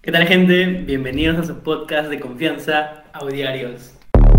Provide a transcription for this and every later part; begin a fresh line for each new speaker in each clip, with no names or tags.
¿Qué tal, gente? Bienvenidos a su podcast de confianza, Audiarios.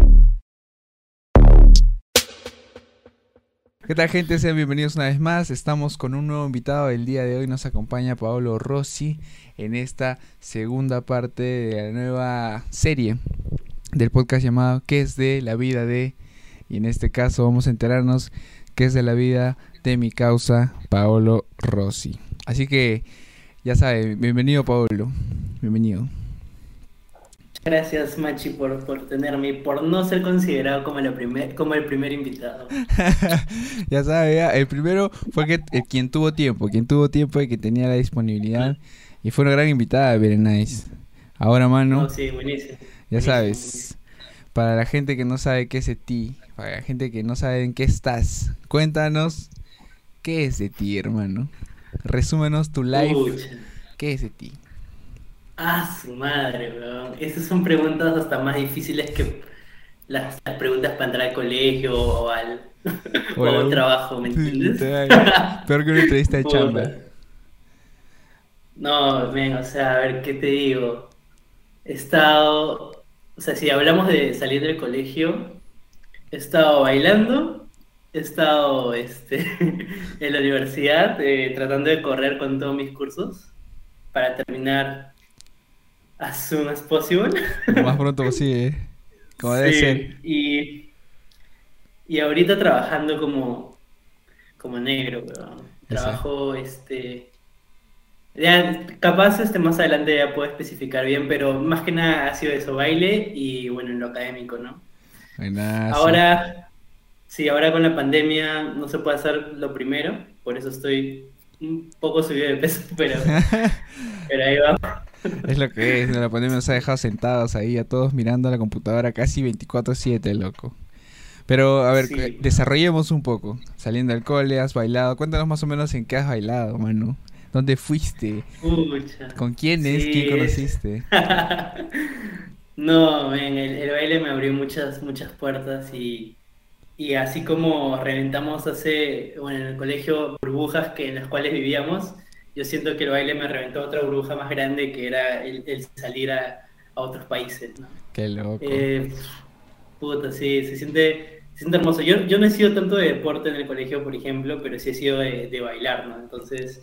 ¿Qué tal, gente? Sean bienvenidos una vez más. Estamos con un nuevo invitado. El día de hoy nos acompaña Paolo Rossi en esta segunda parte de la nueva serie del podcast llamado ¿Qué es de la vida de? Y en este caso vamos a enterarnos qué es de la vida de mi causa, Paolo Rossi. Así que, ya saben, bienvenido, Paolo. Bienvenido.
Gracias, Machi, por tenerme y por no ser considerado como el primer invitado.
Ya sabe, ya, el primero fue quien tuvo tiempo y que tenía la disponibilidad. Y fue una gran invitada, very nice. Ahora, mano,
No, sí, buenísimo.
ya
Buenísimo,
sabes, para la gente que no sabe qué es de ti, para la gente que no sabe en qué estás, cuéntanos qué es de ti, hermano. Resúmenos tu life,
buenísimo. Pucha.
qué es de ti.
Su madre, weón. Esas son preguntas hasta más difíciles que las preguntas para entrar al colegio o a
Hola,
un trabajo, ¿me
sí,
entiendes?
literal. Peor que una entrevista de chamba.
Puta. No, men, o sea, a ver, ¿qué te digo? He estado, o sea, si hablamos de salir del colegio, he estado bailando, he estado en la universidad tratando de correr con todos mis cursos para terminar as soon as possible.
Lo más pronto posible, como debe ser.
Sí, y ahorita trabajando como negro, weón.
Esa.
Trabajo, ya, capaz más adelante ya puedo especificar bien, pero más que nada ha sido eso, baile y bueno, en lo académico, ¿no?
Buenazo.
Ahora, sí, ahora con la pandemia no se puede hacer lo primero, por eso estoy un poco subido de peso, pero ahí va.
Es lo que es, ¿no? La pandemia nos ha dejado sentados ahí a todos mirando a la computadora casi 24/7, loco. Pero, a ver,
Sí,
desarrollemos un poco. Saliendo del cole, has bailado. Cuéntanos más o menos en qué has bailado, mano. ¿Dónde fuiste?
pucha,
¿Con quiénes? ¿Quién
sí.
conociste?
No, ven, el baile me abrió muchas puertas y así como reventamos bueno, en el colegio burbujas en las cuales vivíamos, yo siento que el baile me reventó otra burbuja más grande que era el salir a otros países, ¿no?
Qué loco.
Eh, Puta, sí, se siente hermoso. Yo no he sido tanto de deporte en el colegio, por ejemplo, pero sí he sido de bailar, ¿no? Entonces,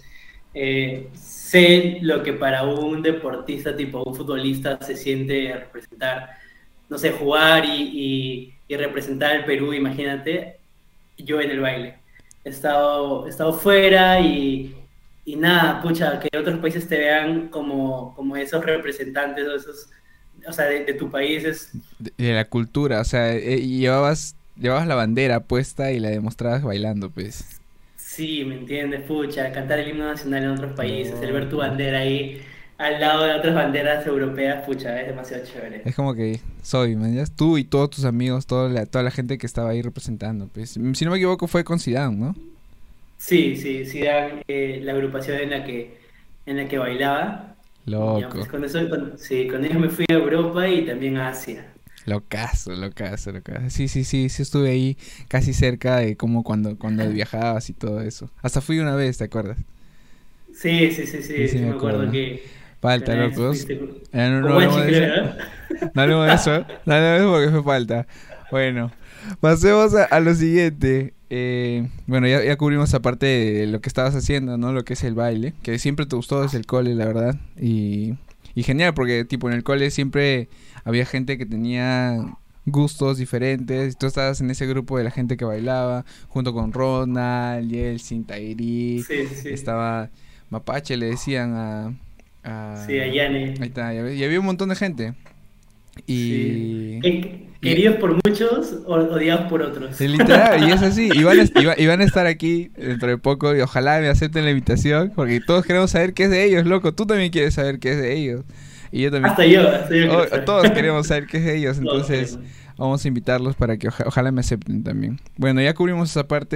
sé lo que para un deportista, tipo un futbolista, se siente representar, no sé, jugar y representar al Perú, imagínate, yo en el baile. He estado fuera y nada, pucha, que otros países te vean como esos representantes o sea, de tu país es.
De la cultura, o sea, llevabas la bandera puesta y la demostrabas bailando, pues.
Sí, ¿me entiendes? Pucha, cantar el himno nacional en otros países, el ver tu
Loco.
bandera ahí al lado de otras banderas europeas, pucha, es demasiado chévere.
Es como que man, ya tú y todos tus amigos, toda la gente que estaba ahí representando, pues. Si no me equivoco fue con Zidane, ¿no?
Sí, sí, sí, era la agrupación en la que bailaba. Y ya, pues
Loco.
sí, con ellos me fui a Europa y también a Asia.
Locazo, locazo, locazo. Sí, sí, sí, sí estuve ahí casi cerca de como cuando viajabas y todo eso. Hasta fui una vez, ¿te acuerdas?
Sí, sí, sí,
Sí,
sí,
sí
sí
me
me acuerdo
acuerdo.
que
Falta,
una vez
locos.
fuiste
No,
con
no hablemos
Guachi,
de eso.
creo, ¿no?
No hablemos de eso. No hablemos de eso porque me falta. Bueno, pasemos a lo siguiente. Bueno, ya cubrimos esa parte de lo que estabas haciendo, ¿no? Lo que es el baile, que siempre te gustó desde el cole, la verdad. Y genial, porque tipo en el cole siempre había gente que tenía gustos diferentes. Y tú estabas en ese grupo de la gente que bailaba, junto con Ronald, Yeltsin, Tairi.
Sí, sí, sí.
Estaba Mapache, le decían
Sí, a
a... Ahí
Yane.
está, y había un montón de gente.
Sí.
Y... y
Queridos por muchos, odiados por otros.
literal, y es así, y van a estar aquí dentro de poco y ojalá me acepten la invitación, porque todos queremos saber qué es de ellos, loco, tú también quieres saber qué es de ellos, y yo también,
Hasta yo quiero
todos
saber.
queremos saber qué es de ellos,
Todos
entonces
queremos.
vamos a invitarlos para que ojalá me acepten también. Bueno, ya cubrimos esa parte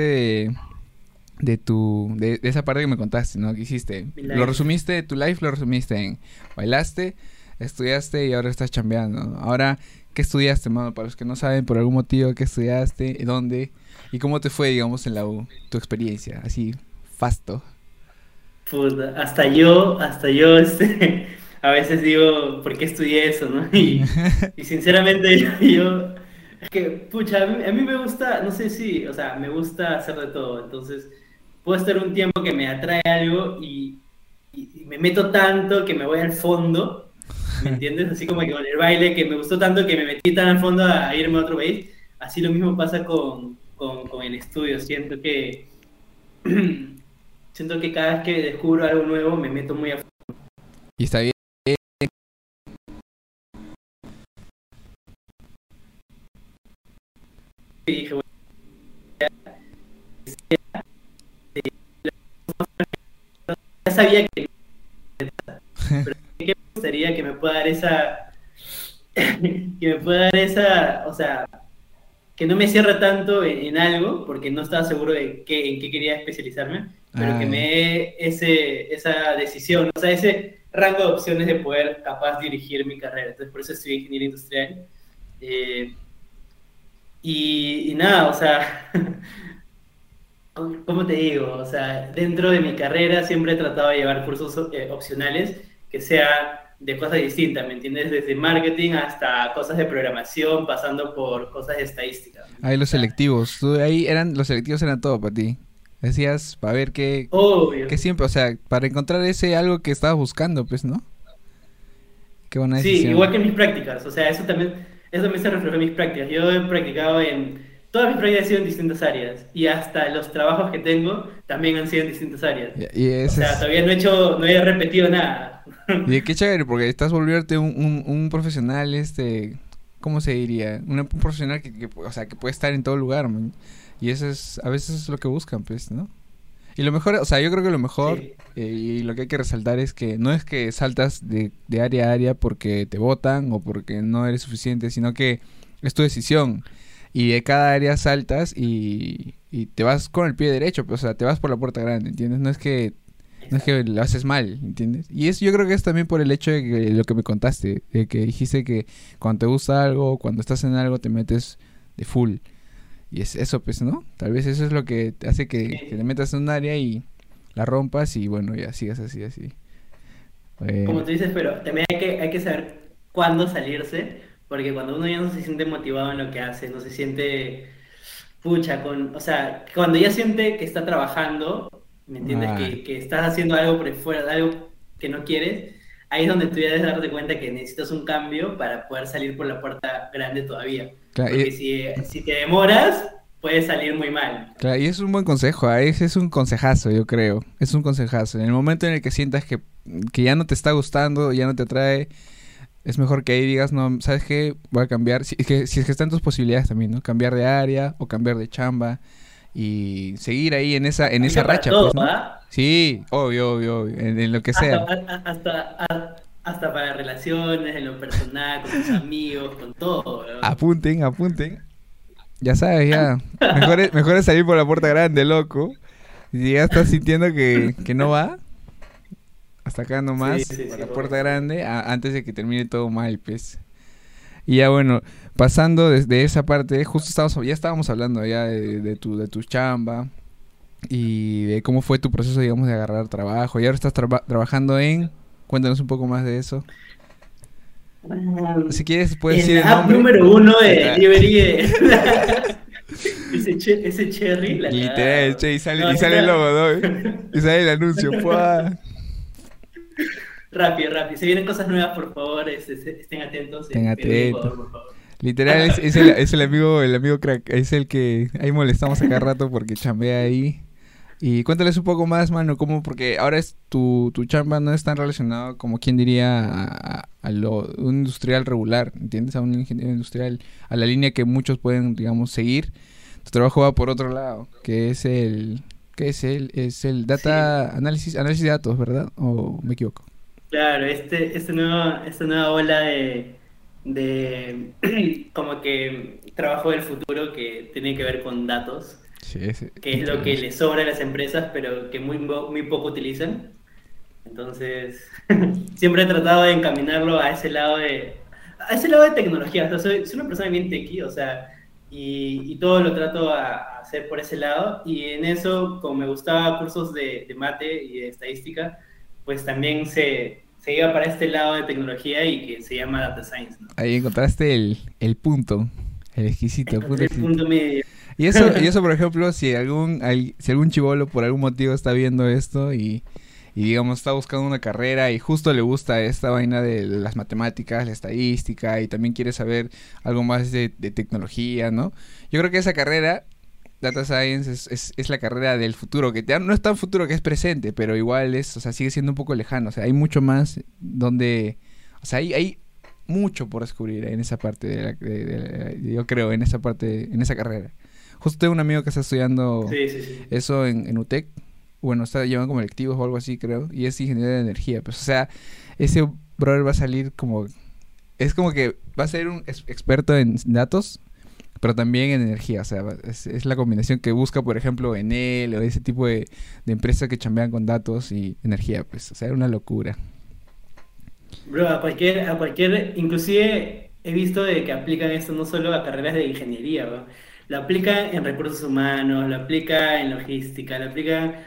de esa parte que me contaste, ¿no? Que hiciste,
Mi
lo
life.
resumiste, tu life lo resumiste en bailaste, estudiaste y ahora estás chambeando, ¿no? Ahora, ¿qué estudiaste, mano? Para los que no saben por algún motivo, ¿qué estudiaste? ¿Dónde? ¿Y cómo te fue, digamos, en la U? Tu experiencia, así, fasto.
Puta, hasta yo, a veces digo, ¿por qué estudié eso, no? Y sinceramente yo, es que, pucha, a mí me gusta, no sé si, o sea, me gusta hacer de todo, entonces puedo estar un tiempo que me atrae algo y me meto tanto que me voy al fondo, ¿me entiendes? Así como que con el baile, que me gustó tanto que me metí tan al fondo a irme a otro país, así lo mismo pasa con el estudio, siento que cada vez que descubro algo nuevo me meto muy a fondo.
Y está bien.
Y dije, bueno, ya sabía que me gustaría que me pueda dar esa, que me pueda dar esa, o sea, que no me cierre tanto en algo, porque no estaba seguro de en qué quería especializarme, pero que me
Ah,
dé esa decisión, o sea, ese rango de opciones de poder capaz dirigir mi carrera. Entonces, por eso estudié ingeniería industrial. Eh, y nada, o sea, ¿cómo te digo? O sea, dentro de mi carrera siempre he tratado de llevar cursos opcionales que sean de cosas distintas, ¿me entiendes? Desde marketing hasta cosas de programación, pasando por cosas de estadística. ¿Me
ahí
entiendes? O
los
sea,
selectivos. Los selectivos eran todo para ti. Decías, para ver qué
obvio.
siempre, o sea, para encontrar ese algo que estabas buscando, pues, ¿no? Qué buena
Sí, igual
decisión.
que en mis prácticas, o sea, eso también se reflejó en mis prácticas. Yo he practicado todas mis prácticas han sido en distintas áreas y hasta los trabajos que tengo también han sido en distintas áreas.
Y
O
ese
sea,
es.
todavía no he repetido nada.
Y qué chévere, porque estás volviéndote un profesional, ¿cómo se diría? Un profesional o sea, que puede estar en todo lugar, man. Y eso es, a veces es lo que buscan, pues, ¿no? Y lo mejor, o sea, yo creo que lo mejor
Sí,
y lo que hay que resaltar es que no es que saltas de área a área porque te votan o porque no eres suficiente, sino que es tu decisión. Y de cada área saltas y te vas con el pie derecho, pues, o sea, te vas por la puerta grande, ¿entiendes? No es
exacto.
que lo haces mal, ¿entiendes? Y eso yo creo que es también por el hecho de que lo que me contaste, de que dijiste que cuando te gusta algo, cuando estás en algo, te metes de full. Y es eso, pues, ¿no? Tal vez eso es lo que te hace que te
Sí.
metas en un área y la rompas y bueno, ya sigas así, así.
Como
Bueno,
tú dices, pero también hay que saber cuándo salirse, porque cuando uno ya no se siente motivado en lo que hace, no se siente pucha, o sea, cuando ya siente que está trabajando, ¿me entiendes?
ah,
Que estás haciendo algo por fuera, de algo que no quieres, ahí es donde tú ya debes darte cuenta que necesitas un cambio para poder salir por la puerta grande todavía.
claro,
Porque si te demoras, puedes salir muy mal.
claro, y es un buen consejo, ese es un consejazo, yo creo. Es un consejazo. En el momento en el que sientas que ya no te está gustando, ya no te atrae, es mejor que ahí digas, no, ¿sabes qué? Voy a cambiar. Si es que están tus posibilidades también, ¿no? Cambiar de área o cambiar de chamba y seguir ahí en esa
Aplica para
racha,
todo,
pues, ¿no?
¿ah?
Sí, obvio, obvio, obvio, en lo que
Hasta,
sea.
hasta para relaciones, en lo personal, con tus amigos, con todo, weón.
Apunten, apunten. Ya sabes, ya. Mejor es salir por la puerta grande, loco. Si ya estás sintiendo que no va, hasta acá
Sí,
nomás,
sí,
por
sí,
la
obvio,
puerta
sí.
grande, antes de que termine todo mal, pues. Y ya bueno, pasando desde esa parte, ya estábamos hablando ya de tu chamba y de cómo fue tu proceso, digamos, de agarrar trabajo. Y ahora estás trabajando cuéntanos un poco más de eso. Si quieres, puedes
En
decir el
la app
nombre.
número uno de
Ah,
delivery ese cherry, la cagada,
literal,
weón.
che,
No,
y
sí
sale el
está.
logo, ¿no? Y sale el anuncio, ¡pua!
Rápido, rápido. Se vienen cosas nuevas, por favor. Estén atentos
Ten
en Perú y
atento.
Ecuador, por favor.
Literal, es el amigo crack, es el que ahí molestamos a cada rato porque chambea ahí. Y cuéntales un poco más, mano, cómo, porque ahora es tu chamba no es tan relacionado como quien diría a un industrial regular, ¿entiendes? A un ingeniero industrial, a la línea que muchos pueden, digamos, seguir. Tu trabajo va por otro lado, es el
Sí,
data análisis de datos, ¿verdad? ¿O me equivoco?
claro, esta nueva ola de como que trabajo del futuro que tiene que ver con datos,
Sí,
que es lo que
literal.
les sobra a las empresas, pero que muy poco utilizan. Entonces, siempre he tratado de encaminarlo a ese lado de tecnología. O sea, soy una persona bien techie, o sea, y todo lo trato a hacer por ese lado. Y en eso, como me gustaba cursos de mate y de estadística, pues también se iba para este lado de tecnología y que se llama Data Science, ¿no?
Ahí encontraste el punto, el exquisito, el punto
Encontré el
exquisito.
punto medio.
Y eso, por ejemplo, si algún chibolo por algún motivo está viendo esto y digamos está buscando una carrera y justo le gusta esta vaina de las matemáticas, la estadística y también quiere saber algo más de tecnología, ¿no? Yo creo que esa carrera, Data Science, es la carrera del futuro, que ya no es tan futuro que es presente, pero igual es, o sea, sigue siendo un poco lejano, o sea, hay mucho más donde, o sea, hay mucho por descubrir en esa parte yo creo, en esa parte, en esa carrera. Justo tengo un amigo que está estudiando
Sí, sí, sí.
eso en UTEC. Bueno, está llevando como electivos o algo así, creo. Y es ingeniero de energía. Pues, o sea, ese brother va a salir como... Es como que va a ser un experto en datos, pero también en energía. O sea, es la combinación que busca, por ejemplo, en él o ese tipo de empresas que chambean con datos y energía. Pues, o sea, era una locura.
Bro, inclusive he visto de que aplican esto no solo a carreras de ingeniería, bro. Lo aplican en recursos humanos, lo aplican en logística, lo aplican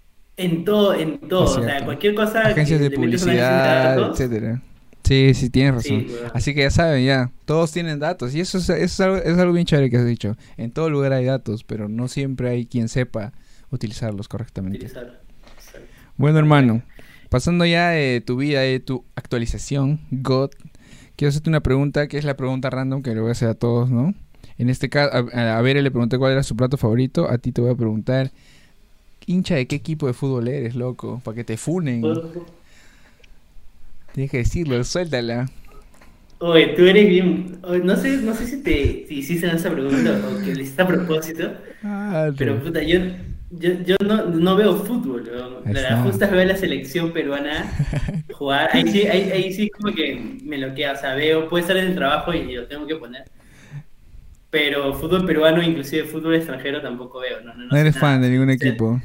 en
Es
todo. O sea,
cierto.
cualquier cosa
Agencias
que
de
le metes análisis de
publicidad,
datos,
etcétera. Sí, sí, tienes razón.
sí, bro.
Así que ya saben, ya, todos tienen datos. Y eso es algo bien chévere que has dicho. En todo lugar hay datos, pero no siempre hay quien sepa utilizarlos correctamente.
Utilizarlo. Exacto.
Bueno, hermano, pasando ya de tu vida, de tu actualización, God, quiero hacerte una pregunta que es la pregunta random que le voy a hacer a todos, ¿no? En este caso, a ver, le pregunté cuál era su plato favorito. A ti te voy a preguntar, hincha de qué equipo de fútbol eres, loco, para que te funen. Tienes que decirlo, suéltala.
Oye, tú eres bien. Oye, no sé si hiciste esa pregunta o que le hiciste a propósito,
Ah,
pero
no.
puta, yo no veo fútbol, weón.
Ahí
La
está.
justa veo a la selección peruana jugar. Ahí sí como que me loquea. O sea, veo, puede estar en el trabajo y lo tengo que poner. Pero fútbol peruano, inclusive fútbol extranjero, tampoco veo. No
No
sé
eres fan
nada.
de ningún equipo.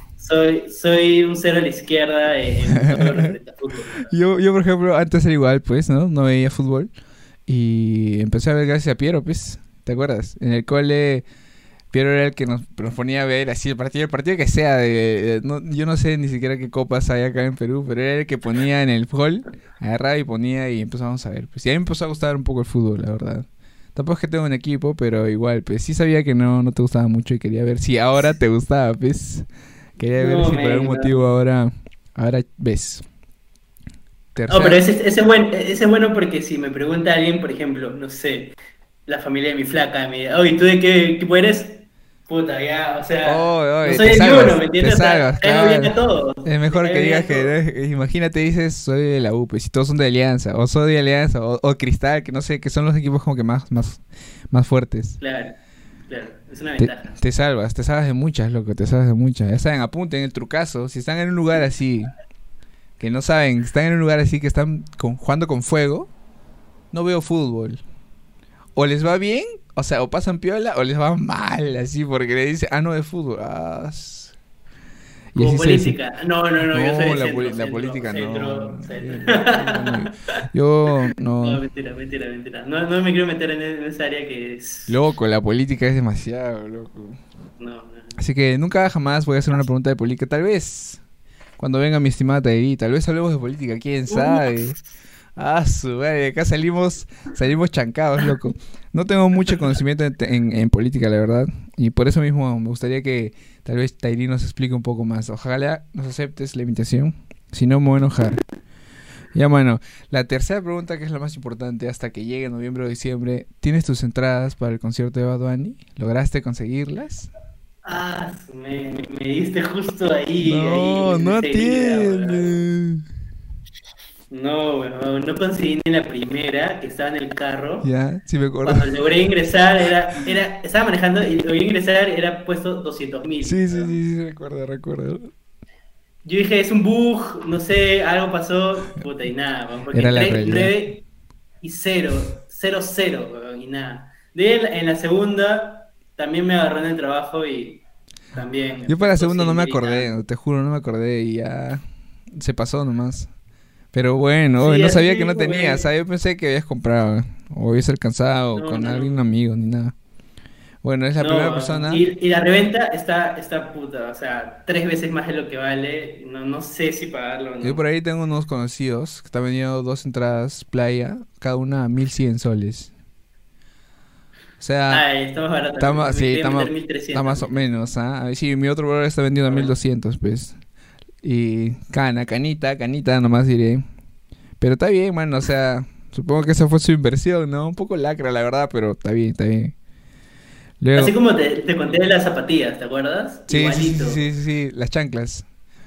Soy un cero a la izquierda en todo lo referente a fútbol.
Yo, por ejemplo, antes era igual, pues, ¿no? No veía fútbol. Y empecé a ver gracias a Piero, pues. ¿Te acuerdas? En el cole, Piero era el que nos ponía a ver así el partido que sea. Yo no sé ni siquiera qué copas hay acá en Perú, pero era el que ponía en el hall, agarraba y ponía y empezamos a ver. Pues y a mí me empezó a gustar un poco el fútbol, la verdad. Tampoco es que tengo un equipo, pero igual, pues sí sabía que no te gustaba mucho y quería ver si ahora te gustaba, pues. Quería ver
No,
si por algún
men,
motivo
no.
ahora ves.
No, pero
Tercera.
ese es bueno porque si me pregunta alguien, por ejemplo, no sé, la familia de mi flaca, me dice, oye, ¿tú de qué equipo eres? Puta, ya, o sea,
Oh,
no
oh,
soy
te
de ni uno,
salvas,
¿me
te
entiendes? O sea,
salvas,
caigo bien
claro.
a todos,
Es
le
mejor que
caigo bien
digas
a todos.
imagínate, dices, soy de la U, pues si todos son de Alianza, o soy de Alianza, o Cristal, que no sé, que son los equipos como que más fuertes.
Claro, claro, es una
Te,
ventaja.
te salvas de muchas, loco, te salvas de muchas. Ya saben, apunten el trucazo, si están en un lugar así, que no saben, están en un lugar así que están jugando con fuego, no veo fútbol. O les va bien, o sea, o pasan piola, o les va mal, así, porque le dice, no, de fútbol. Y
Como
así se dice.
política. No, yo soy
No,
de centro,
la
centro,
política no.
centro, centro.
Yo
No,
no.
mentira. No me quiero meter en esa área que es...
Loco, la política es demasiado, loco.
No.
Así que nunca jamás voy a hacer una pregunta de política. Tal vez cuando venga mi estimada Tairi, tal vez hablemos de política, quién sabe.
Uf.
Su madre, acá salimos chancados, loco. No tengo mucho conocimiento en política, la verdad. Y por eso mismo me gustaría que tal vez Tairi nos explique un poco más. Ojalá nos aceptes la invitación. Si no, me voy a enojar. Ya, bueno, la tercera pregunta, que es la más importante hasta que llegue noviembre o diciembre. ¿Tienes tus entradas para el concierto de Bad Bunny? ¿Lograste conseguirlas?
Me diste justo ahí
No,
en
no
esa herida, weón.
tienes.
No, weón, no conseguí ni la primera, que estaba en el carro.
Ya, sí me acuerdo.
Cuando logré ingresar, estaba manejando y logré ingresar, era puesto 200.000,
Sí, sí, sí,
weón.
sí, recuerdo.
Yo dije, es un bug, no sé, algo pasó, puta, y nada, weón, porque
Era la
entré
realidad.
9 y 0, weón, y nada. De ahí en la segunda, también me agarró en el trabajo y también me
Yo para la
puso
segunda no
cien
me
mil y
acordé,
tanto.
te juro, no me acordé y ya se pasó nomás. Pero bueno,
Sí,
no
así
sabía que no
mismo,
tenías,
güey.
yo pensé que habías comprado o habías alcanzado
No,
con
no,
algún
no.
amigo ni nada. Bueno, es la primera
No,
persona.
y la reventa está puta, o sea, 3 veces más de lo que vale. No, no sé si pagarlo o
Yo por
no.
ahí tengo unos conocidos que están vendiendo dos entradas playa, cada una a 1100 soles. O sea,
Ay, está más barato.
está más,
Me
sí,
quería meter
está
1300,
más o
mil trescientos.
menos, ¿ah? A ver, sí, mi otro brother está vendiendo a mil
Ah,
doscientos pues. Y canita, nomás diré. Pero está bien, mano, o sea, supongo que esa fue su inversión, ¿no? Un poco lacra, la verdad, pero está bien, está bien.
así
Luego,
como te conté de las zapatillas, ¿te acuerdas? Igualito.
sí, las chanclas.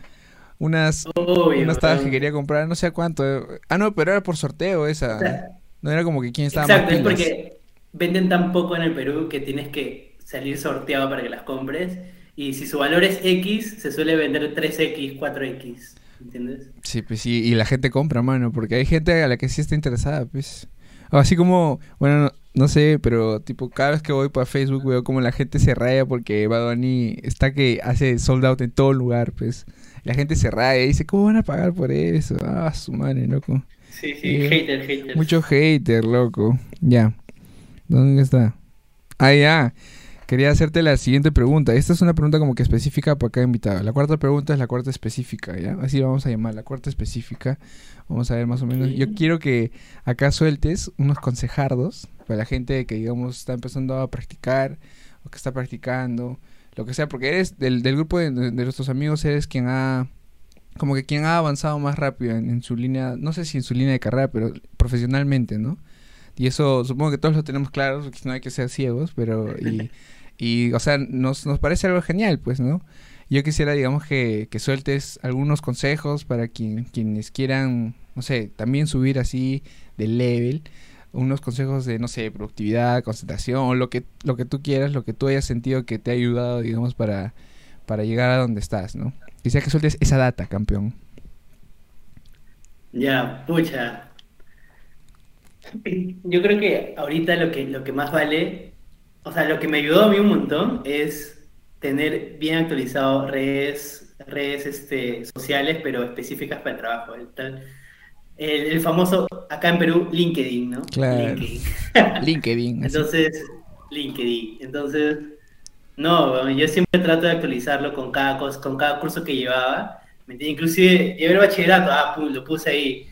Unas
Obvio,
tabas que
weón.
quería comprar, no sé a cuánto. Ah, no, pero era por sorteo
O
esa.
sea,
No era como que quién estaba más
exacto, es
pilas.
porque venden tan poco en el Perú que tienes que salir sorteado para que las compres. Y si su valor es X, se suele vender 3X, 4X. ¿Entiendes?
Sí, pues sí, y la gente compra, mano, porque hay gente a la que sí está interesada, pues. O así como, bueno, no sé, pero tipo, cada vez que voy para Facebook veo como la gente se raya porque Bad Bunny está que hace sold out en todo lugar, pues. La gente se raya y dice, ¿cómo van a pagar por eso? Ah, su madre, loco.
Sí,
Y
sí,
digo, mucho
haters.
hater, loco. Ya, ¿dónde está? Ah, ya. Quería hacerte la siguiente pregunta. Esta es una pregunta como que específica para cada invitado. La cuarta pregunta es la cuarta específica, ¿ya? Así vamos a llamar, la cuarta específica. Vamos a ver más o
Ok.
menos. Yo quiero que acá sueltes unos consejardos para la gente que, digamos, está empezando a practicar o que está practicando, lo que sea, porque eres del grupo de nuestros amigos, eres quien ha, como que quien ha avanzado más rápido en su línea, no sé si en su línea de carrera, pero profesionalmente, ¿no? Y eso supongo que todos lo tenemos claro, porque no hay que ser ciegos, pero o sea, nos parece algo genial, pues, ¿no? Yo quisiera, digamos, que sueltes algunos consejos para quienes quieran, no sé, también subir así de level, unos consejos de, no sé, productividad, concentración, o lo que tú quieras, lo que tú hayas sentido que te ha ayudado, digamos, para llegar a donde estás, ¿no? Quisiera que sueltes esa data, campeón.
Ya, pucha. Yo creo que ahorita lo que más vale, o sea, lo que me ayudó a mí un montón es tener bien actualizado redes sociales, pero específicas para el trabajo. El famoso, acá en Perú, LinkedIn, ¿no?
Claro.
LinkedIn.
LinkedIn, así.
Entonces, LinkedIn. Entonces, no, bueno, yo siempre trato de actualizarlo con cada cosa, con cada curso que llevaba. ¿Me entiendes? Inclusive llevé el bachillerato, pum, lo puse ahí.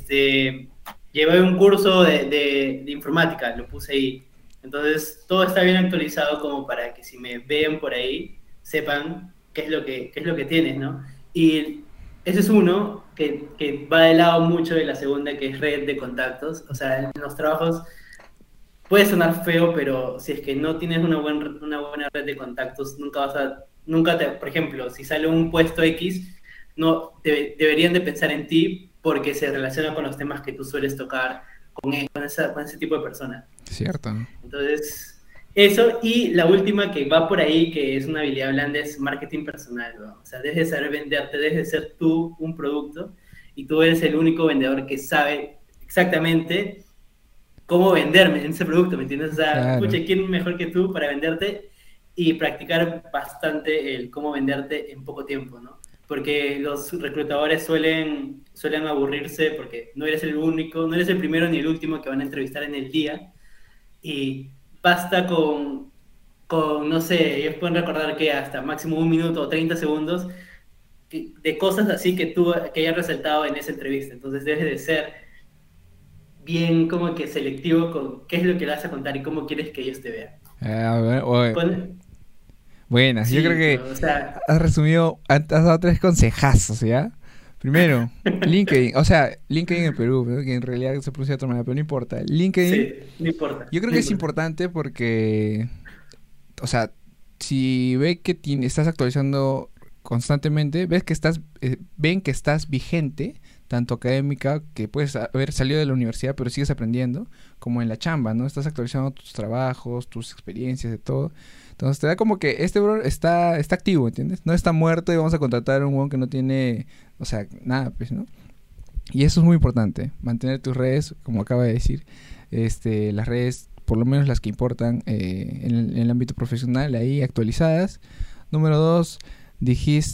Llevé un curso de informática, lo puse ahí. Entonces, todo está bien actualizado como para que si me ven por ahí, sepan qué es lo que tienes, ¿no? Y ese es uno que va de lado mucho de la segunda, que es red de contactos. O sea, en los trabajos puede sonar feo, pero si es que no tienes una buena red de contactos, por ejemplo, si sale un puesto X, no deberían de pensar en ti porque se relaciona con los temas que tú sueles tocar con ese tipo de personas.
Cierto, ¿no?
Entonces, eso, y la última que va por ahí, que es una habilidad blanda, es marketing personal, ¿no? O sea, debes de saber venderte, debes de ser tú un producto y tú eres el único vendedor que sabe exactamente cómo venderme en ese producto, ¿me entiendes? O sea,
Claro.
pucha, ¿quién mejor que tú para venderte y practicar bastante el cómo venderte en poco tiempo, ¿no? Porque los reclutadores suelen aburrirse porque no eres el único, no eres el primero ni el último que van a entrevistar en el día y basta con no sé, ellos pueden recordar que hasta máximo 1 minuto o 30 segundos de cosas así que hayas resaltado en esa entrevista. Entonces debes de ser bien como que selectivo con qué es lo que le vas a contar y cómo quieres que ellos te vean.
Oye,
Con,
buenas, yo creo
sí,
que
pero, o sea,
has resumido, has dado tres consejazos, ¿ya? Primero, LinkedIn, o sea, LinkedIn en Perú, ¿no? Que en realidad se pronuncia de otra manera, pero no importa. LinkedIn,
sí, no importa,
yo creo
no
que es
importa.
importante porque, o sea, si ve que estás actualizando constantemente, ven que estás vigente, tanto académica, que puedes haber salido de la universidad, pero sigues aprendiendo, como en la chamba, ¿no? Estás actualizando tus trabajos, tus experiencias, de todo. Entonces te da como que este bro está activo, ¿entiendes? No está muerto y vamos a contratar a un weón que no tiene, o sea, nada, pues, ¿no? Y eso es muy importante, mantener tus redes, como acaba de decir, las redes, por lo menos las que importan en el ámbito profesional, ahí actualizadas. Número dos,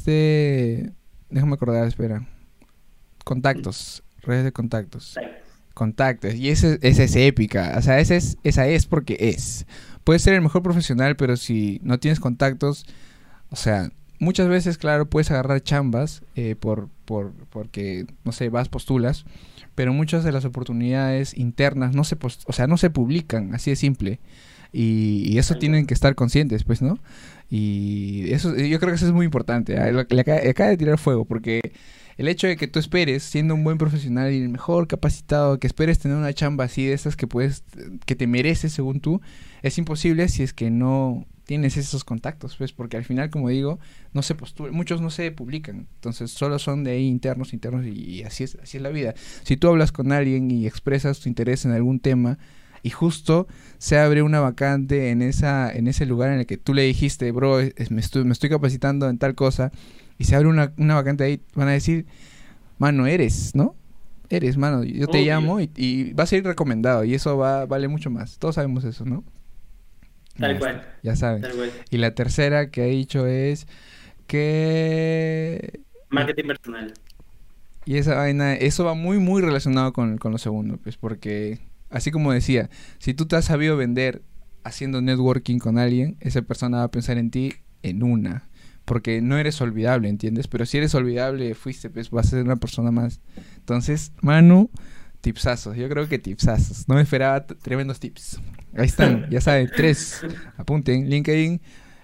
dijiste, déjame acordar, espera, contactos, redes de contactos. contactos. Y esa es épica. O sea, esa es porque es. Puedes ser el mejor profesional, pero si no tienes contactos, o sea, muchas veces, claro, puedes agarrar chambas porque, no sé, postulas, pero muchas de las oportunidades internas o sea, no se publican, así de simple. Y eso tienen que estar conscientes, pues, ¿no? Y eso, yo creo que eso es muy importante. Le acaba de tirar fuego, porque el hecho de que tú esperes, siendo un buen profesional y el mejor capacitado, que esperes tener una chamba así de esas que te mereces según tú, es imposible si es que no tienes esos contactos, pues, porque al final, como digo, muchos no se publican, entonces solo son de ahí internos, y así es la vida. Si tú hablas con alguien y expresas tu interés en algún tema, y justo se abre una vacante en ese lugar en el que tú le dijiste, bro, me estoy capacitando en tal cosa, y se abre una vacante ahí, van a decir, mano, eres, ¿no? Eres, mano, yo te llamo y vas a ir recomendado, y eso vale mucho más. Todos sabemos eso, ¿no?
Tal cual.
Ya saben.
Tal cual.
Y la tercera que ha dicho es que...
Marketing personal.
Y esa vaina, eso va muy, muy relacionado con lo segundo, pues, porque, así como decía, si tú te has sabido vender haciendo networking con alguien, esa persona va a pensar en ti en una. Porque no eres olvidable, ¿entiendes? Pero si eres olvidable, pues vas a ser una persona más. Entonces, Manu, tipsazos. Yo creo que tipsazos. No me esperaba tremendos tips. Ahí están, ya saben, 3. Apunten, LinkedIn,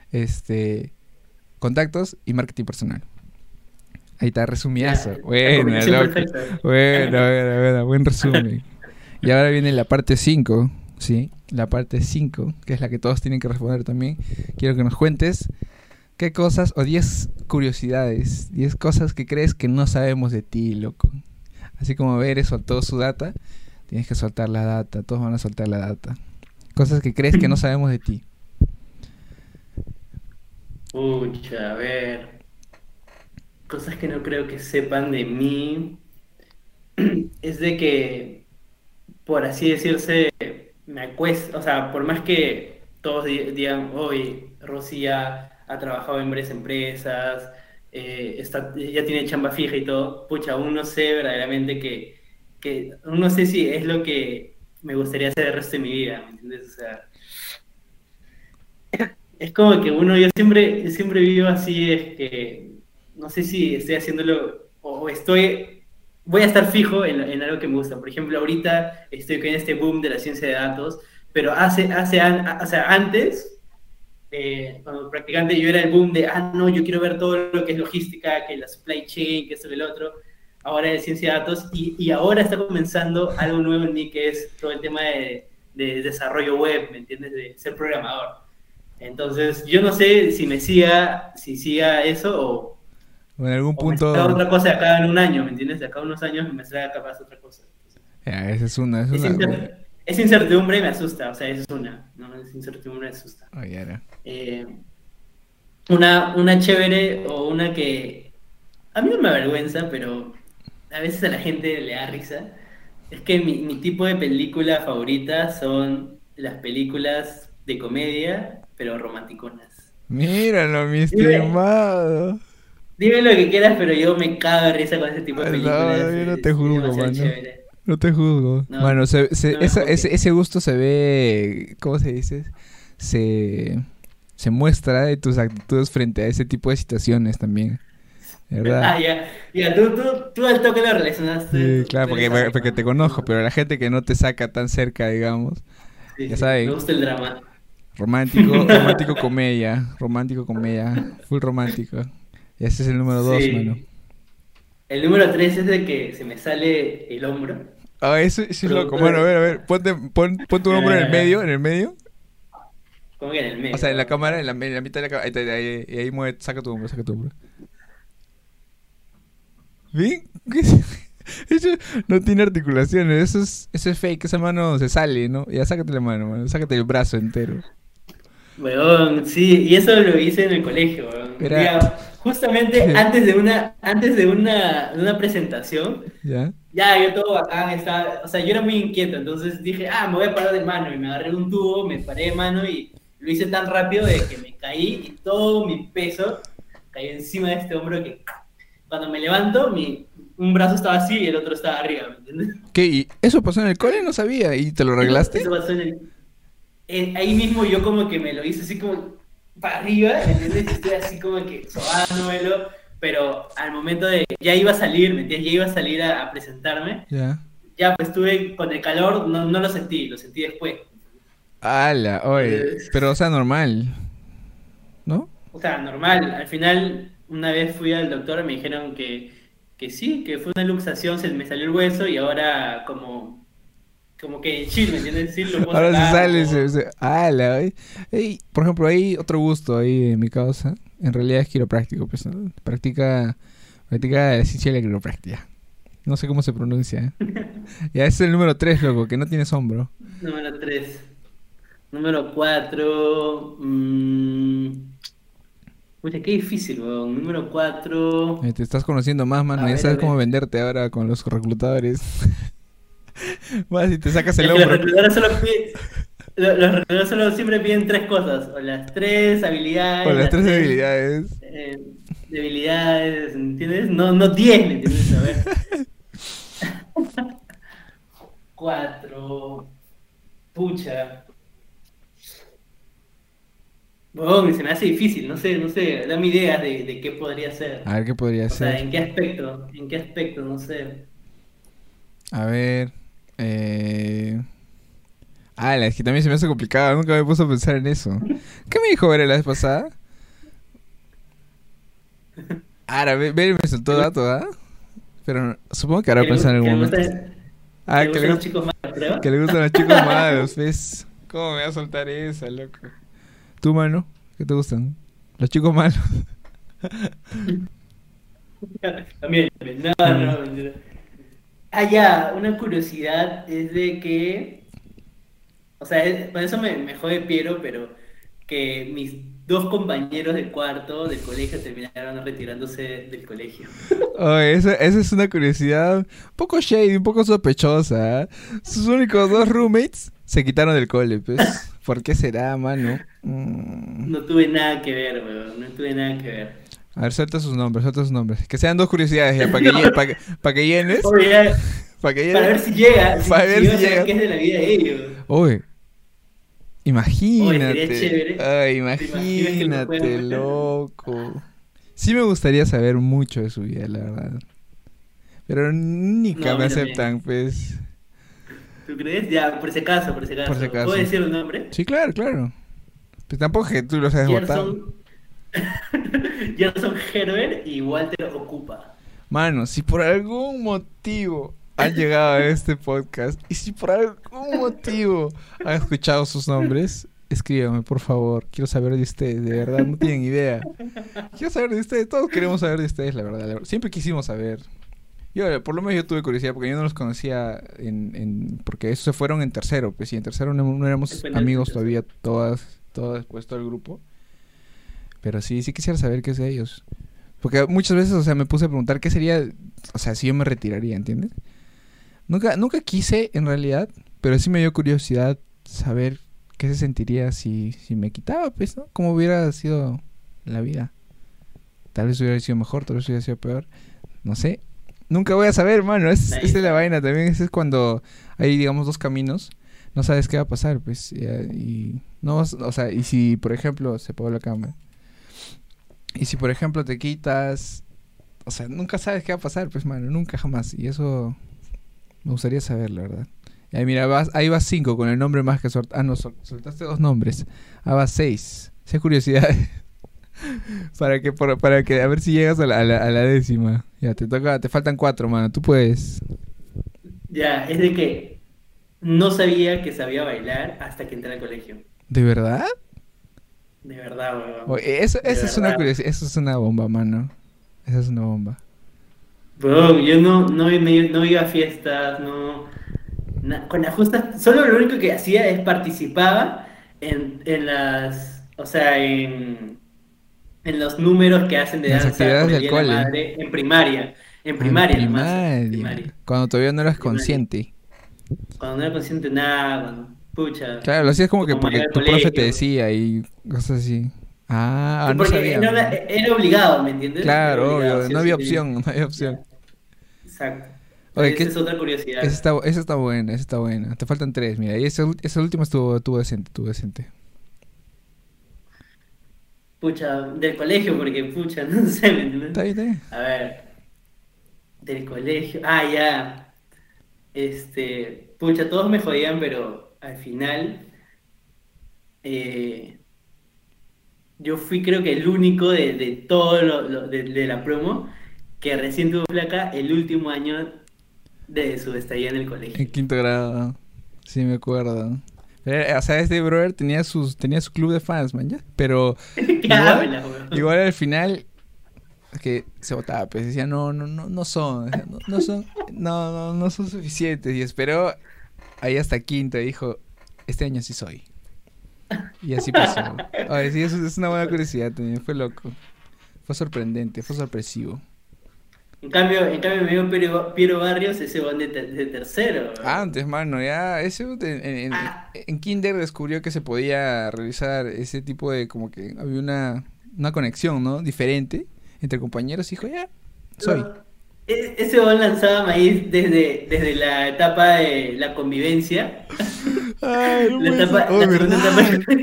contactos y marketing personal. Ahí está, resumidazo. Buena, loco. Buena, buen resumen. Y ahora viene la parte 5, ¿sí? La parte 5, que es la que todos tienen que responder también. Quiero que nos cuentes qué cosas, o 10 curiosidades, 10 cosas que crees que no sabemos de ti, loco. Así como Bere soltó su data, tienes que soltar la data, todos van a soltar la data. Cosas que crees que no sabemos de ti.
Pucha, a ver. Cosas que no creo que sepan de mí. Es de que, por así decirse, me acuesto, o sea, por más que todos digan, hoy Rosy ya ha trabajado en varias empresas, ya tiene chamba fija y todo, pucha, aún no sé verdaderamente aún no sé si es lo que me gustaría hacer el resto de mi vida, ¿me entiendes? O sea, es como que yo siempre vivo así, es que no sé si estoy haciéndolo o voy a estar fijo en algo que me gusta. Por ejemplo, ahorita estoy con este boom de la ciencia de datos, pero o sea, antes, cuando practicante, yo era el boom de, no, yo quiero ver todo lo que es logística, que la supply chain, que esto, que el otro. Ahora es ciencia de datos y ahora está comenzando algo nuevo en mí, que es todo el tema de desarrollo web, ¿me entiendes? De ser programador. Entonces, yo no sé si siga eso
O en algún
o me
punto...
salga otra cosa de acá en un año, ¿me entiendes? De acá a unos años me salga capaz otra cosa. Entonces,
Ya, esa es una...
es incertidumbre y me asusta, o sea, esa es una, ¿no? Es incertidumbre y me asusta.
Oh, ya.
Una chévere o una que a mí no me avergüenza, pero a veces a la gente le da risa, es que mi tipo de película favorita son las películas de comedia, pero romanticonas.
Míralo, mi
Dime,
estimado.
dime lo que quieras, pero yo me cago de risa con ese tipo de
No,
películas.
yo no te
Es
juzgo,
demasiado
mano.
chévere.
No te juzgo.
No,
Mano,
no me juzgues.
ese gusto se ve... ¿Cómo se dice? Se muestra de tus actitudes frente a ese tipo de situaciones también. ¿Verdad?
Ya, tú al toque lo relacionaste.
Sí, claro,
Tú eres así,
porque te
mano.
conozco, pero la gente que no te saca tan cerca, digamos,
Sí,
ya
sí, me
saben,
gusta el drama.
romántico comedia, full romántico. Y ese es el número 2, mano.
Sí. El número 3 es de que se me sale el hombro.
Ah, eso es loco.
Producto
Bueno,
de...
a ver, pon tu hombro en el medio.
¿Cómo que en el
O sea, en la
medio?
cámara, en la mitad de la cámara. Ahí mueve, saca tu hombro. ¿Bien? Eso no tiene articulaciones, eso es fake, esa mano se sale, ¿no? Ya sácate la mano, sácate el brazo entero.
Weón, sí, y eso lo hice en el colegio, weón. Un
Era...
día, justamente antes de una presentación,
¿Ya?
ya yo todo bacán, estaba, o sea, yo era muy inquieto, entonces dije, me voy a parar de mano, y me agarré un tubo, me paré de mano, y lo hice tan rápido de que me caí, y todo mi peso cayó encima de este hombro que cuando me levanto, un brazo estaba así y el otro estaba arriba, ¿me entiendes?
¿Qué? ¿Y eso pasó en el cole? No sabía. ¿Y te lo arreglaste?
Eso pasó ahí mismo yo como que me lo hice así como para arriba, ¿me entiendes? Y estoy así como que sobándomelo, pero al momento de, ya iba a salir, ¿me entiendes? Ya iba a salir a presentarme,
Ya.
ya pues estuve con el calor, no lo sentí después.
¡Hala! Oye.
Entonces,
Pero, o sea, normal, ¿no?
o sea, normal, al final una vez fui al doctor y me dijeron que sí, que fue una luxación, se me salió el hueso y ahora como que chill, ¿me entiendes? Sí, lo puedo
Ahora se
sacar, lo
sale,
puedo...
¡hala! Oye. Ey, por ejemplo, hay otro gusto ahí en mi causa. En realidad es quiropráctico, pues, ¿no? Practica la ciencia de la quiropráctica. No sé cómo se pronuncia. Ya ese es el número 3, loco, que no tienes hombro.
Número 3. Número 4. Pucha, qué difícil, weón. Número 4.
Te estás conociendo más, mano.
A
Ya
ver, a
sabes cómo
ver.
venderte ahora con los reclutadores. Vas y te sacas el
Es que los
hombro.
reclutadores los reclutadores solo siempre piden tres cosas. O las tres
Con
habilidades,
las
las
tres
tres
habilidades.
eh, debilidades, ¿entiendes? No 10, ¿me entiendes? A ver. 4. Pucha. Weón, se me hace difícil, no sé. Dame ideas de qué podría ser.
A ver qué podría
O sea,
ser.
¿en qué aspecto? No sé.
A ver. Es que también se me hace complicado. Nunca me puse a pensar en eso. ¿Qué me dijo Vera la vez pasada? Ahora, Vera me soltó datos, ¿ah? Pero supongo que ahora pensar en
Que
algún
le
momento.
gustan, que
Ah,
le gustan los chicos malos,
que
creo.
le gustan los chicos malos, ¿ves? ¿Cómo me va a soltar esa, loco? ¿Tú, mano? ¿Qué te gustan? Los chicos malos.
También, no, mentira. Ah, ya, una curiosidad es de que, o sea, por eso me jode Piero, pero que mis dos compañeros de cuarto del colegio terminaron retirándose del colegio.
Oye, esa es una curiosidad un poco shady, un poco sospechosa. ¿Eh? Sus únicos dos roommates se quitaron del cole, pues. ¿Por qué será, mano?
No tuve nada que ver, weón, no tuve nada que ver.
A ver, suelta sus nombres, suelta sus nombres. Que sean dos curiosidades ya, para que llenes.
Oye, ya,
Para que
para ver
llenes.
si llega, si,
Para
si
ver
llego
si
a saber
llega.
qué es de la vida de ellos.
Oye,
Oye, sería
imagínate.
chévere.
Ay,
¿Te imaginas que lo
imagínate,
puedan ver?
loco. Sí me gustaría saber mucho de su vida, la verdad. Pero
No,
nunca
a
me
mí también.
aceptan, pues.
¿Tú crees? Ya, por si acaso, por si
Por si
acaso. ¿Puedo
acaso.
decir un nombre?
Sí, claro, claro. Pues tampoco que tú los hayas votado.
Gerson, Gerson Herbert y Walter Ocupa.
Mano, si por algún motivo han llegado a este podcast y si por algún motivo han escuchado sus nombres, escríbame, por favor. Quiero saber de ustedes, de verdad, no tienen idea. Quiero saber de ustedes, todos queremos saber de ustedes, la verdad. Siempre quisimos saber. Yo, por lo menos yo tuve curiosidad porque yo no los conocía porque esos se fueron en tercero, pues y en tercero no éramos amigos todavía después todo el grupo. Pero sí quisiera saber qué es de ellos. Porque muchas veces, o sea, me puse a preguntar qué sería, o sea, si yo me retiraría, ¿entiendes? Nunca quise, en realidad, pero sí me dio curiosidad saber qué se sentiría si me quitaba, pues, ¿no? Cómo hubiera sido la vida. Tal vez hubiera sido mejor, tal vez hubiera sido peor. No sé. Nunca voy a saber, mano. Esa es la vaina también. Ese es cuando hay, digamos, dos caminos. No sabes qué va a pasar, pues. Y no, o sea, y si, por ejemplo, se apagó la cámara. Y si, por ejemplo, te quitas... O sea, nunca sabes qué va a pasar, pues, mano. Nunca, jamás. Y eso me gustaría saber, la verdad. Y ahí, mira, ahí vas 5 con el nombre más que no, soltaste 2 nombres. Ahí vas 6. Esa curiosidad. para que a ver si llegas a la décima. Ya, te faltan 4, mano. Tú puedes.
Ya, es de que no sabía que sabía bailar hasta que entré al colegio.
¿De verdad?
De verdad, weón.
Oye, eso
De
es una
verdad.
curiosidad. Eso es una bomba, mano. Esa es una bomba.
Weón, yo no iba a fiestas, con las justas, solo lo único que hacía es participaba en las, o sea, en los números que hacen de
Las
danza
actividades
por el
del
Día de la
cole.
Madre en primaria. En
Ah, en
primaria nomás, en
primaria.
primaria.
Cuando todavía no eras
Primaria.
consciente.
Cuando no era consciente de nada, pucha,
Claro, lo hacías como que
como
porque
iba al
tu profe te
colegio.
decía y cosas así. No
Porque
sabía, mano.
era obligado, ¿me entiendes? Era
Claro,
obligado,
obvio.
sí
No
o
había
sí.
opción, no había opción.
Ya. Exacto.
Oye,
Esa es otra curiosidad.
esa está buena, esa está buena. Te faltan tres, mira. Y esa última estuvo decente, estuvo decente.
Pucha, del colegio, porque pucha, no sé, ¿me entiendes?
Está bien, está bien.
A ver, del colegio. Ah, ya. Pucha, todos me jodían, pero al final eh, yo fui creo que el único de todo de la promo que recién tuvo placa el último año de su estadía en el
En
colegio.
quinto grado. Sí, me acuerdo. O sea, este brother tenía su club de fans, man, ¿ya? Pero
¿Qué
igual,
hablas, weón?
igual al final es que se votaba, pues decía, no son, decía, no son suficientes. Y esperó ahí hasta quinto y dijo, este año sí soy. Y así pasó. Oye, sí, eso es una buena curiosidad también, fue loco. Fue sorprendente, fue sorpresivo.
En cambio me dio Piero Barrios ese van de tercero, weón.
Antes, mano, ya ese
Ah,
en Kinder descubrió que se podía realizar ese tipo de, como que había una conexión, ¿no? Diferente entre compañeros y dijo, ya, soy.
no. Ese van lanzaba maíz desde la etapa de la convivencia,
Ay, no
la
puede ser.
etapa,
Oh,
la segunda etapa.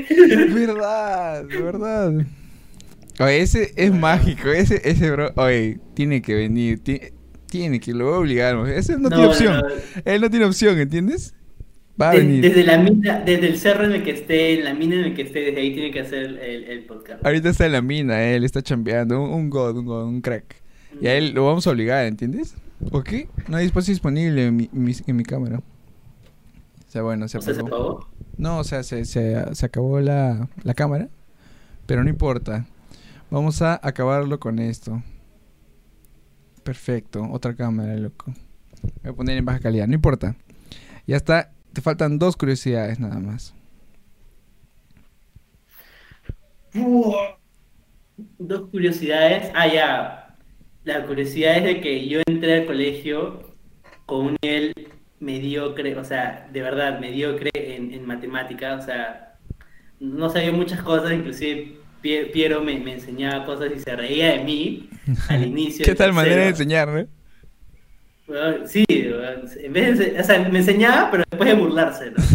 verdad. Oye, ese es mágico, ese bro, oye, tiene que venir, tiene que, lo voy a obligar, mujer. Ese no tiene
No, no,
opción,
no.
él no tiene opción, ¿entiendes? Va a venir.
Desde la mina, desde el cerro en el que esté, en la mina en el que esté, desde ahí tiene que hacer el podcast.
Ahorita está en la mina, él está chambeando, un crack. Y a él lo vamos a obligar, ¿entiendes? ¿Por qué? No hay espacio disponible en mi cámara. O sea, bueno, se
O sea, ¿se
apagó.
pagó?
No, o sea, se acabó la cámara, pero no importa. Vamos a acabarlo con esto. Perfecto, otra cámara, loco. Voy a poner en baja calidad, no importa. Ya está, te faltan dos curiosidades nada más.
Dos curiosidades. Ah, ya. La curiosidad es de que yo entré al colegio con un nivel mediocre, o sea, de verdad, mediocre en matemática, o sea, no sabía muchas cosas, inclusive Piero me enseñaba cosas y se reía de mí al inicio
¿Qué
de
tal manera de
tercero.
enseñar, no?
Bueno, sí, bueno, en vez de, o sea, me enseñaba, pero después de burlarse, ¿no?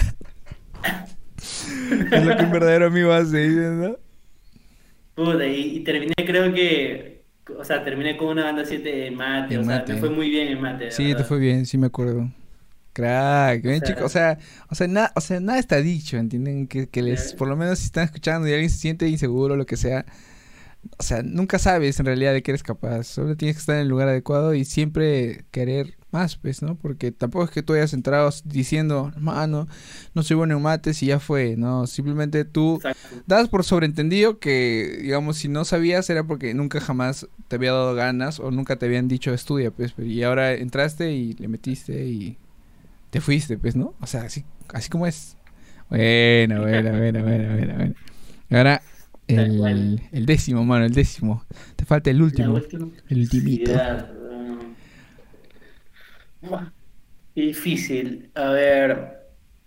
Es lo que un verdadero amigo hace, ¿dices, no?
Puta, y terminé, creo que, o sea, terminé con una banda 7 en mate,
En
o sea, me fue
mate.
muy bien en mate, de
Sí, te fue
verdad.
bien, sí me acuerdo. Crack,
O
bien chico,
sea,
o sea, nada está dicho, ¿entienden? Que les,
eh,
por lo menos si están escuchando y alguien se siente inseguro o lo que sea, o sea, nunca sabes en realidad de qué eres capaz, solo tienes que estar en el lugar adecuado y siempre querer más, pues, ¿no? Porque tampoco es que tú hayas entrado diciendo, mano, no soy bueno en mates y ya fue, ¿no? Simplemente tú
exacto.
das por sobreentendido que, digamos, si no sabías era porque nunca jamás te había dado ganas o nunca te habían dicho estudia, pues, y ahora entraste y le metiste y te fuiste, pues, ¿no? O sea, así como es. Bueno. Ahora,
Tal cual.
el décimo, mano, el décimo. Te falta
La
el
última
ultimito.
curiosidad. Buah, qué difícil. A ver.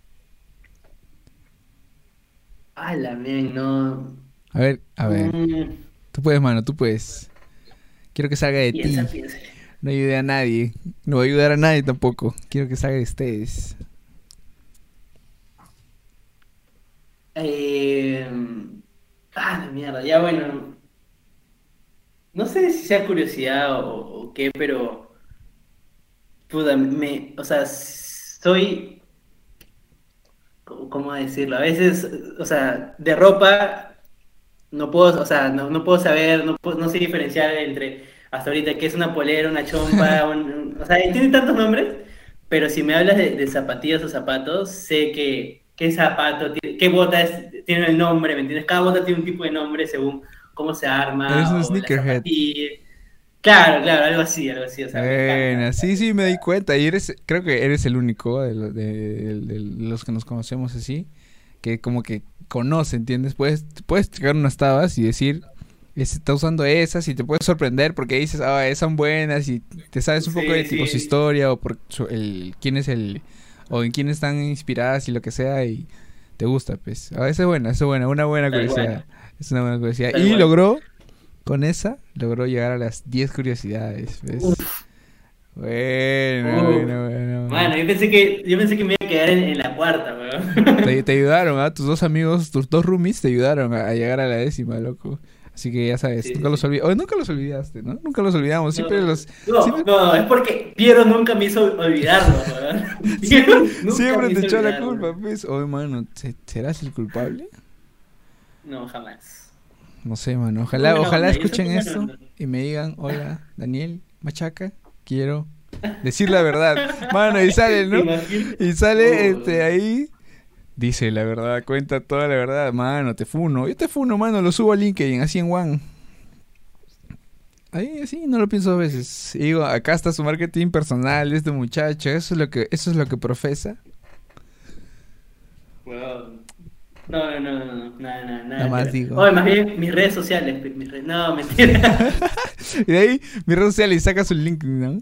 La men, no.
A ver.
Mm,
Tú puedes, mano, tú puedes. Quiero que salga de
piensa,
ti.
piensa.
No ayude a nadie. No voy a ayudar a nadie tampoco. Quiero que salga de ustedes.
Eh, la mierda. Ya bueno. No sé si sea curiosidad o qué, pero. Puta, o sea, soy. ¿Cómo decirlo? A veces, o sea, de ropa. No puedo, o sea, no puedo saber, no sé diferenciar entre hasta ahorita qué es una polera, una chompa, o sea, tiene tantos nombres, pero si me hablas de zapatillas o zapatos, sé que qué zapato, qué bota tiene el nombre, ¿me entiendes? Cada bota tiene un tipo de nombre según cómo se
Eres
arma
un
o la
sneakerhead.
zapatilla. Claro, algo así, o sea, me encanta.
Bueno, sí, me di cuenta. Y creo que eres el único de los que nos conocemos así, que como que conoce, ¿entiendes? Puedes checar unas tabas y decir, está usando esas y te puedes sorprender porque dices, esas son buenas y te sabes un poco de
Sí,
tipo su
sí,
historia o por quién es o en quién están inspiradas y lo que sea y te gusta, pues. Esa es buena, una buena
tal
curiosidad.
cual,
Es una buena curiosidad.
tal
Y
cual.
logró llegar a las 10 curiosidades, ¿ves?
Uf,
Bueno,
Uf.
bueno, bueno, bueno.
Mano, yo pensé que me iba a quedar en la cuarta, weón.
Te ayudaron, ¿ah? Tus dos amigos, tus dos roomies te ayudaron a llegar a la décima, loco. Así que ya sabes,
Sí,
nunca
sí,
los
sí.
nunca los olvidaste, ¿no? Nunca los olvidamos,
No,
siempre los,
no,
siempre,
no, es porque Piero nunca me hizo olvidarlo, weón. Piero
siempre,
nunca
siempre
me
te
hizo
echó la
olvidarlo.
culpa, pues. Oye, mano, ¿serás el culpable?
No, jamás.
No sé, mano.
Fue buena
Ojalá
onda, y eso
escuchen
fue buena
esto
onda.
y me digan, hola, Daniel Machaca, quiero decir la verdad. Mano, y sale,
¿Te
¿no?
imaginas?
Y sale
Oh,
ahí. Dice la verdad, cuenta toda la verdad, mano, te funo. Yo te funo, mano, lo subo a LinkedIn, así en One. Ahí, así, no lo pienso dos veces. Y digo, acá está su marketing personal de este muchacho, eso es lo que profesa.
weón. No, no, no, no, no, nada, nada,
Nada
nada que
más
ver.
digo.
Oye, más bien, mis redes sociales, no, mentira.
Y de ahí, mi red social y saca su LinkedIn, ¿no?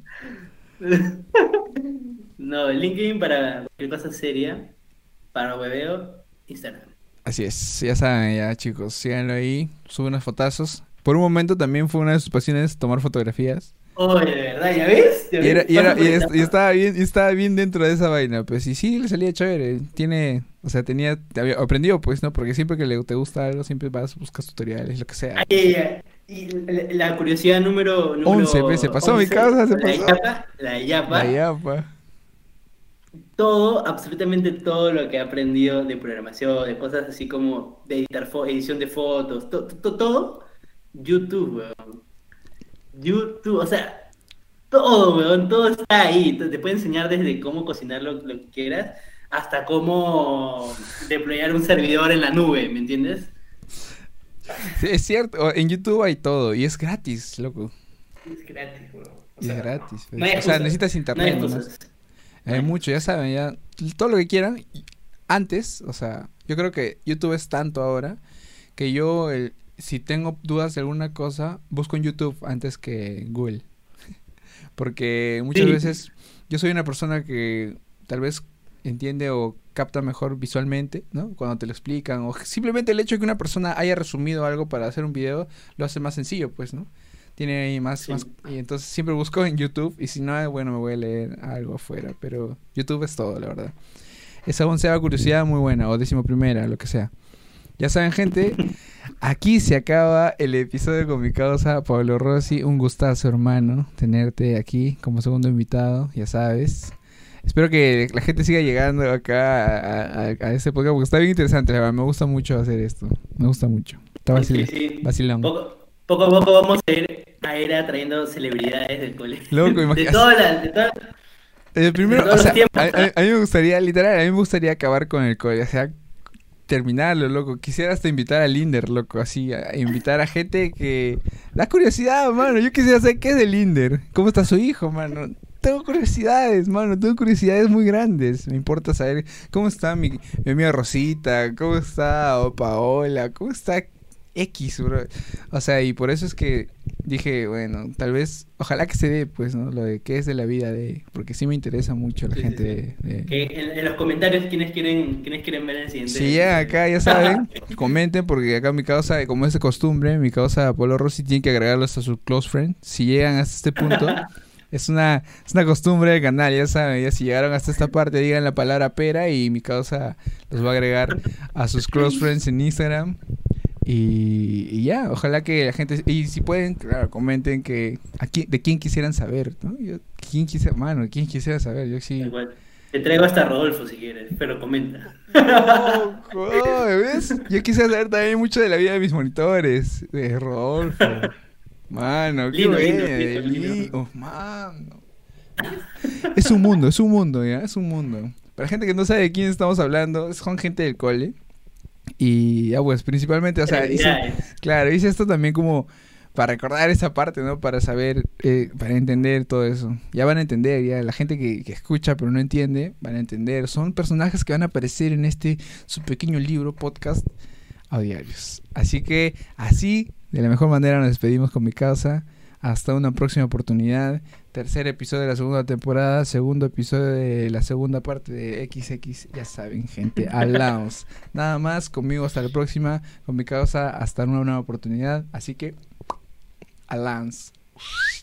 No, el LinkedIn para cualquier cosa seria, para hueveo, Instagram.
Así es, ya saben, ya chicos, síganlo ahí, sube unos fotazos. Por un momento también fue una de sus pasiones tomar fotografías.
Oye, de verdad, ¿ya ves? ¿Ya ves? Pasa por etapas.
Y estaba bien dentro de esa vaina, pues, y sí, le salía chévere, o sea, aprendió, pues, ¿no? Porque siempre que te gusta algo, siempre vas, buscas tutoriales, lo que sea,
Ay,
pues.
ay, ay. Y la curiosidad número,
11 pues, se
número
pasó mi
11,
casa, se
la de
pasó.
Yapa, la de
La
Yapa,
yapa.
todo, absolutamente todo lo que he aprendido de programación, de cosas así como de editar edición de fotos, todo, YouTube, weón. YouTube, o sea, todo, weón, todo está ahí. Te puede enseñar desde cómo cocinar lo que quieras hasta cómo deployar un servidor en la nube, ¿me entiendes?
Sí, es cierto, en YouTube hay todo, y es gratis, loco.
Es gratis, weón. O
Y es
sea,
gratis,
no hay
pues. O sea,
excusas,
necesitas
no hay
internet nomás.
excusas, no
Hay
hay
mucho, ya
excusas.
saben, ya todo lo que quieran. Antes, o sea, yo creo que YouTube es tanto ahora que si tengo dudas de alguna cosa, busco en YouTube antes que Google. Porque muchas
Sí,
veces yo soy una persona que tal vez entiende o capta mejor visualmente, ¿no? Cuando te lo explican, o simplemente el hecho de que una persona haya resumido algo para hacer un video lo hace más sencillo, pues, ¿no? Tiene ahí más,
sí.
y entonces siempre busco en YouTube, y si no, bueno, me voy a leer algo afuera, pero YouTube es todo, la verdad. Esa onceava curiosidad muy buena, o 11ª, lo que sea. Ya saben, gente, aquí se acaba el episodio con mi causa Pablo Rossi. Un gustazo, hermano, tenerte aquí como segundo invitado, ya sabes. Espero que la gente siga llegando acá a este podcast porque está bien interesante, la verdad. Me gusta mucho hacer esto. Me gusta mucho. Está
Sí, sí, sí.
vacilón.
Poco a poco vamos a ir atrayendo celebridades del colegio.
Loco,
De
imagínate.
todas las, de
Primero, o
todos los
sea,
tiempos.
a mí me gustaría, literal, a mí me gustaría acabar con el cole. O sea, terminarlo, loco. Quisiera hasta invitar a Linder, loco, así, a invitar a gente que... La curiosidad, mano, yo quisiera saber qué es de Linder. ¿Cómo está su hijo, mano? Tengo curiosidades, mano, tengo curiosidades muy grandes. Me importa saber cómo está mi amiga Rosita, cómo está Paola, cómo está X, bro. O sea, y por eso es que dije, bueno, tal vez, ojalá que se dé, pues, ¿no? Lo de qué es de la vida de... Porque sí me interesa mucho la
Sí, sí,
gente
sí. Que en los comentarios quiénes quieren ver el siguiente
Si llegan
episodio.
acá, ya saben, comenten porque acá mi causa, como es de costumbre, mi causa Polo Rossi tiene que agregarlos a su close friend. Si llegan hasta este punto, es una costumbre del canal, ya saben, ya si llegaron hasta esta parte, digan la palabra pera y mi causa los va a agregar a sus close friends en Instagram. Y ya, ojalá que la gente, y si pueden, claro, comenten de quién quisieran saber, ¿no? ¿Quién quisiera saber? Yo
Tal
sí.
cual. Te traigo hasta Rodolfo si quieres, pero comenta.
Loco, ¿ves? Yo quise saber también mucho de la vida de mis monitores. De Rodolfo. Mano, qué
Lindo,
bueno.
lindo, lindo, lindo.
Mano. Es un mundo, ¿ya? Es un mundo. Para gente que no sabe de quién estamos hablando, son gente del cole. Y ya pues, principalmente, o sea,
Celebridades.
hice esto también como para recordar esa parte, ¿no? Para saber, para entender todo eso. Ya van a entender, ya la gente que escucha pero no entiende, van a entender. Son personajes que van a aparecer en su pequeño libro, podcast, a diarios. Así que, así, de la mejor manera nos despedimos con mi causa. Hasta una próxima oportunidad. Tercer episodio de la segunda temporada. Segundo episodio de la segunda parte de XX. Ya saben, gente. Hablamos. Nada más. Conmigo hasta la próxima. Con mi causa hasta una nueva oportunidad. Así que, hablamos.